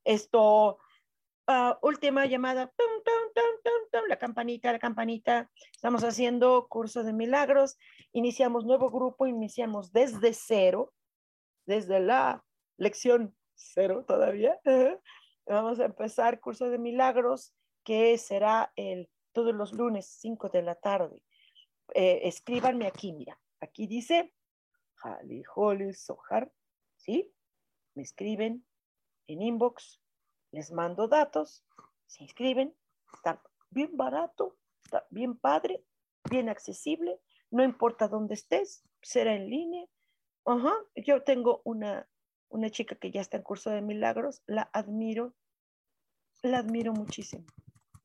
Última llamada, tum, tum, tum, tum, tum, la campanita. Estamos haciendo curso de milagros, iniciamos nuevo grupo, iniciamos desde cero, desde la lección cero todavía. Vamos a empezar curso de milagros, que será todos los lunes, 5 de la tarde. Escríbanme aquí, mira, aquí dice Jali Joli Sojar, ¿sí? Me escriben en inbox, les mando datos, se inscriben, está bien barato, está bien padre, bien accesible, no importa dónde estés, será en línea. Yo tengo una chica que ya está en curso de milagros, la admiro muchísimo.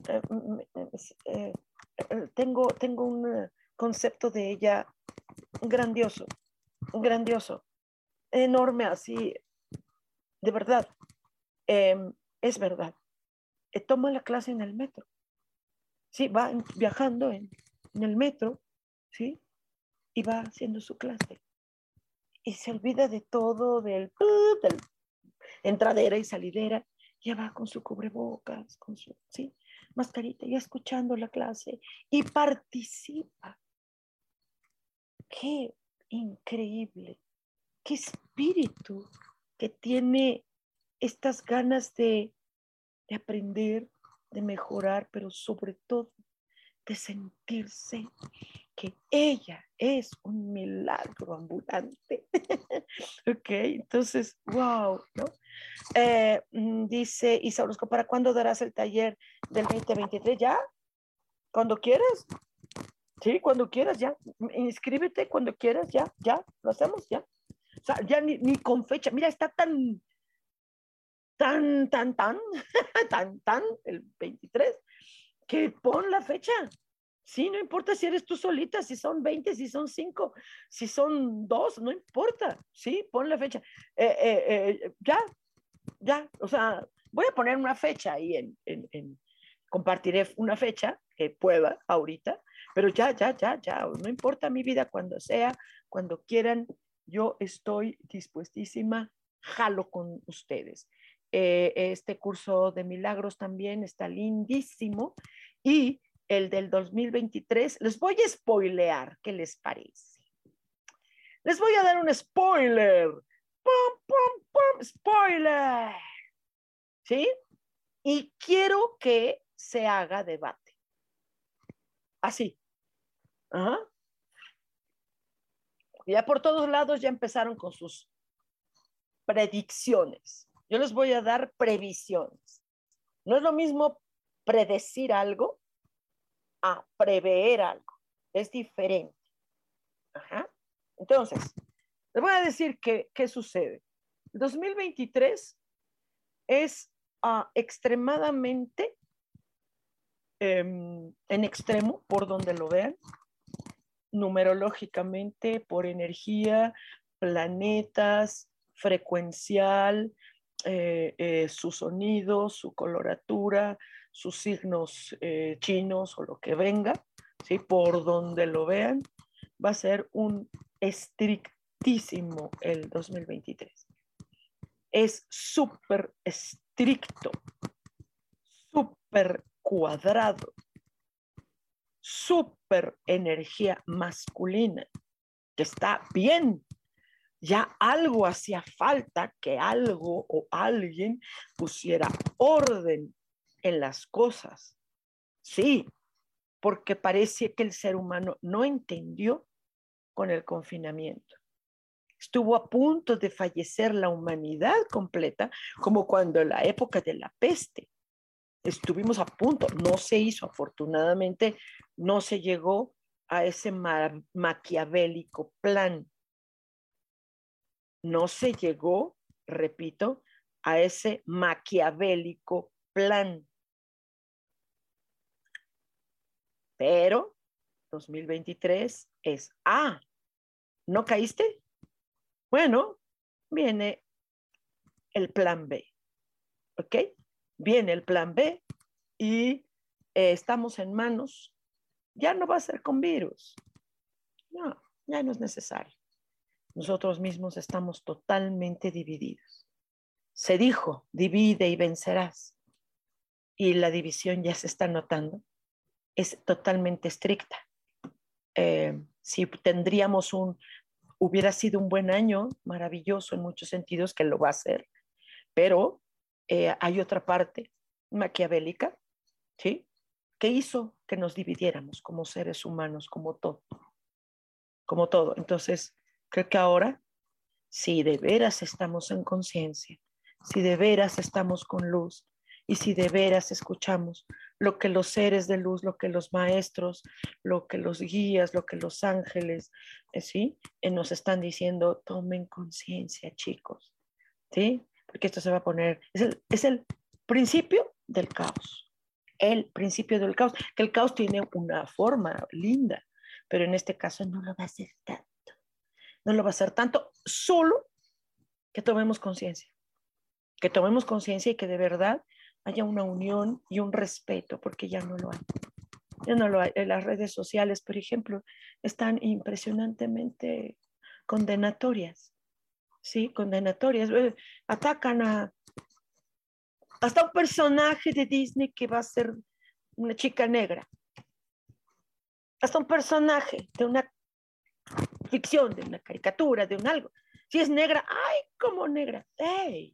Tengo un concepto de ella grandioso, enorme, así, de verdad. Es verdad. Toma la clase en el metro. Sí, va viajando en el metro, ¿sí? Y va haciendo su clase. Y se olvida de todo, del entradera y salidera. Ya va con su cubrebocas, con su, ¿sí? Mascarita, ya escuchando la clase. Y participa. Qué increíble. Qué espíritu que tiene estas ganas de aprender, de mejorar, pero sobre todo de sentirse que ella es un milagro ambulante. Ok, entonces, wow, ¿no? Dice Isaurosco, ¿para cuándo darás el taller del 2023? ¿Ya? ¿Cuando quieras? Sí, cuando quieras, ya. Inscríbete cuando quieras, ya, lo hacemos, ya. O sea, ya ni con fecha. Mira, está tan, el 23, que pon la fecha. Sí, no importa si eres tú solita, si son 20, si son 5, si son 2, no importa. Sí, pon la fecha. Ya, o sea, voy a poner una fecha ahí compartiré una fecha que pueda ahorita, pero ya, no importa mi vida, cuando sea, cuando quieran, yo estoy dispuestísima, jalo con ustedes. Este curso de milagros también está lindísimo, y el del 2023, les voy a spoilear, ¿qué les parece? Les voy a dar un spoiler. ¡Pum, pum, pum! ¡Spoiler! ¿Sí? Y quiero que se haga debate. Así. Ajá. Ya por todos lados ya empezaron con sus predicciones. Yo les voy a dar previsiones. No es lo mismo predecir algo a prever algo. Es diferente. Ajá. Entonces, les voy a decir qué sucede. El 2023 es extremadamente en extremo, por donde lo vean, numerológicamente, por energía, planetas, frecuencial, su sonido, su coloratura, sus signos chinos o lo que venga, ¿sí? Por donde lo vean, va a ser un estrictísimo el 2023. Es súper estricto, súper cuadrado, súper energía masculina, que está bien. Ya algo hacía falta, que algo o alguien pusiera orden en las cosas. Sí, porque parece que el ser humano no entendió con el confinamiento. Estuvo a punto de fallecer la humanidad completa, como cuando en la época de la peste. Estuvimos a punto, no se hizo, afortunadamente, no se llegó a ese maquiavélico plan. No se llegó, repito, a ese maquiavélico plan. Pero 2023 es, ¿no caíste? Bueno, viene el plan B, ¿ok? Viene el plan B y estamos en manos, ya no va a ser con virus. No, ya no es necesario. Nosotros mismos estamos totalmente divididos. Se dijo, divide y vencerás. Y la división ya se está notando. Es totalmente estricta. Si tendríamos hubiera sido un buen año, maravilloso en muchos sentidos, que lo va a ser, pero hay otra parte maquiavélica, ¿sí? Que hizo que nos dividiéramos como seres humanos, como todo, como todo. Entonces, creo que ahora, si de veras estamos en conciencia, si de veras estamos con luz y si de veras escuchamos lo que los seres de luz, lo que los maestros, lo que los guías, lo que los ángeles, ¿sí? Nos están diciendo, tomen conciencia, chicos, ¿sí? Porque esto se va a poner, es el principio del caos, el principio del caos, que el caos tiene una forma linda, pero en este caso no lo va a hacer tanto, no lo va a hacer tanto, solo que tomemos conciencia y que de verdad haya una unión y un respeto, porque ya no lo hay. Ya no lo hay. Las redes sociales, por ejemplo, están impresionantemente condenatorias, ¿sí? Condenatorias. Atacan hasta un personaje de Disney que va a ser una chica negra. Hasta un personaje de una ficción, de una caricatura, de un algo. Si es negra, ¡ay, como negra! ¡Ey!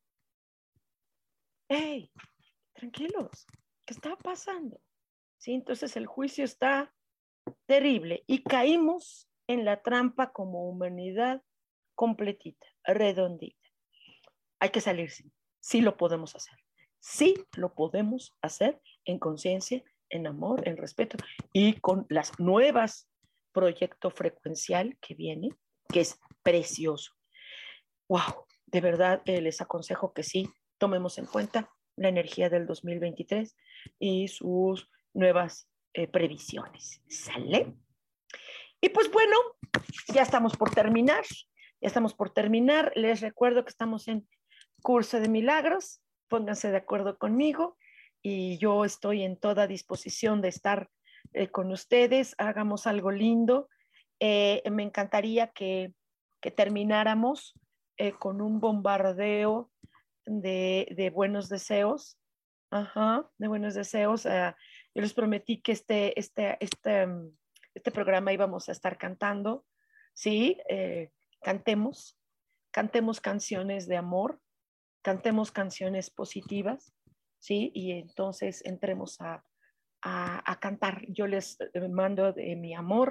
¡Ey! Tranquilos, ¿qué está pasando? ¿Sí? Entonces el juicio está terrible y caímos en la trampa como humanidad completita, redondita. Hay que salirse. Sí lo podemos hacer. Sí lo podemos hacer en conciencia, en amor, en respeto y con las nuevas proyecto frecuencial que viene, que es precioso. Wow, de verdad les aconsejo que sí tomemos en cuenta la energía del 2023 y sus nuevas previsiones. ¿Sale? Y pues bueno, ya estamos por terminar. Ya estamos por terminar. Les recuerdo que estamos en Curso de Milagros. Pónganse de acuerdo conmigo y yo estoy en toda disposición de estar con ustedes. Hagamos algo lindo. Me encantaría que termináramos con un bombardeo de buenos deseos. Ajá, de buenos deseos. Yo les prometí que este programa íbamos a estar cantando, ¿sí? Cantemos canciones de amor, cantemos canciones positivas, ¿sí? Y entonces entremos a cantar. Yo les mando de mi amor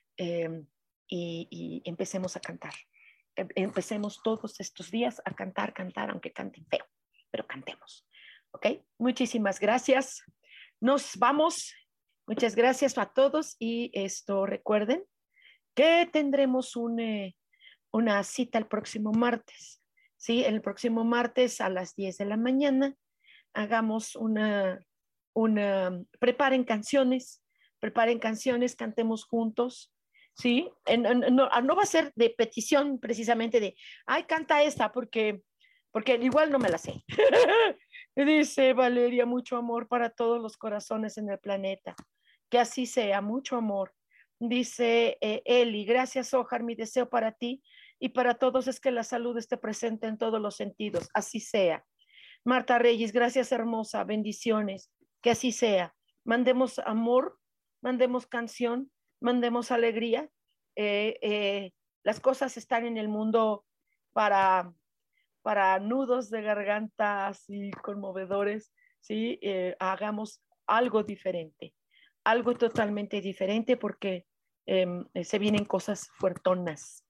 y empecemos a cantar. Empecemos todos estos días a cantar, aunque canten feo, pero cantemos. ¿Ok? Muchísimas gracias. Nos vamos. Muchas gracias a todos y recuerden que tendremos una cita el próximo martes. ¿Sí? El próximo martes a las 10 de la mañana hagamos preparen canciones, cantemos juntos. ¿Sí? No va a ser de petición precisamente de, ay, canta esta, porque igual no me la sé. Dice Valeria, mucho amor para todos los corazones en el planeta. Que así sea, mucho amor. Dice Eli, gracias, Ojar, mi deseo para ti y para todos es que la salud esté presente en todos los sentidos. Así sea. Marta Reyes, gracias, hermosa, bendiciones. Que así sea. Mandemos amor, mandemos canción, mandemos alegría. Las cosas están en el mundo para nudos de garganta así conmovedores, ¿sí? Hagamos algo diferente, algo totalmente diferente porque se vienen cosas fuertonas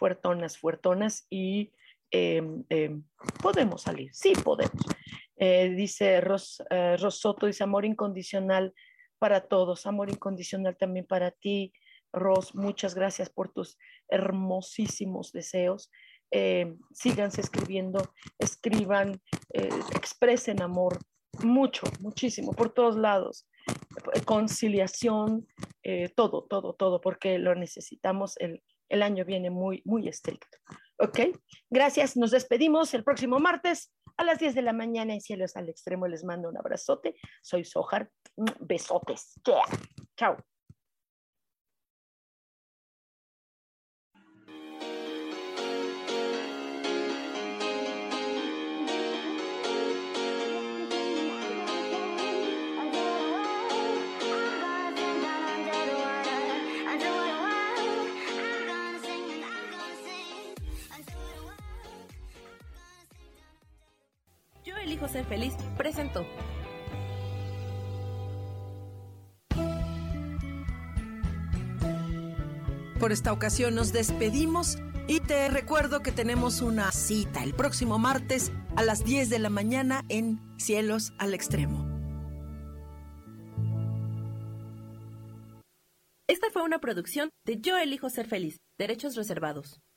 y podemos salir, sí podemos. Dice Rosoto, dice amor incondicional para todos, amor incondicional también para ti, Ros, muchas gracias por tus hermosísimos deseos. Síganse escribiendo, escriban, expresen amor, muchísimo, por todos lados, conciliación, todo, porque lo necesitamos, el año viene muy, muy estricto. ¿Ok? Gracias, nos despedimos el próximo martes a las 10 de la mañana en Cielos al Extremo. Les mando un abrazote. Soy Sojar. Besotes. Yeah. Chao. Yo elijo ser feliz, presentó. Por esta ocasión nos despedimos y te recuerdo que tenemos una cita el próximo martes a las 10 de la mañana en Cielos al Extremo. Esta fue una producción de Yo elijo ser feliz, derechos reservados.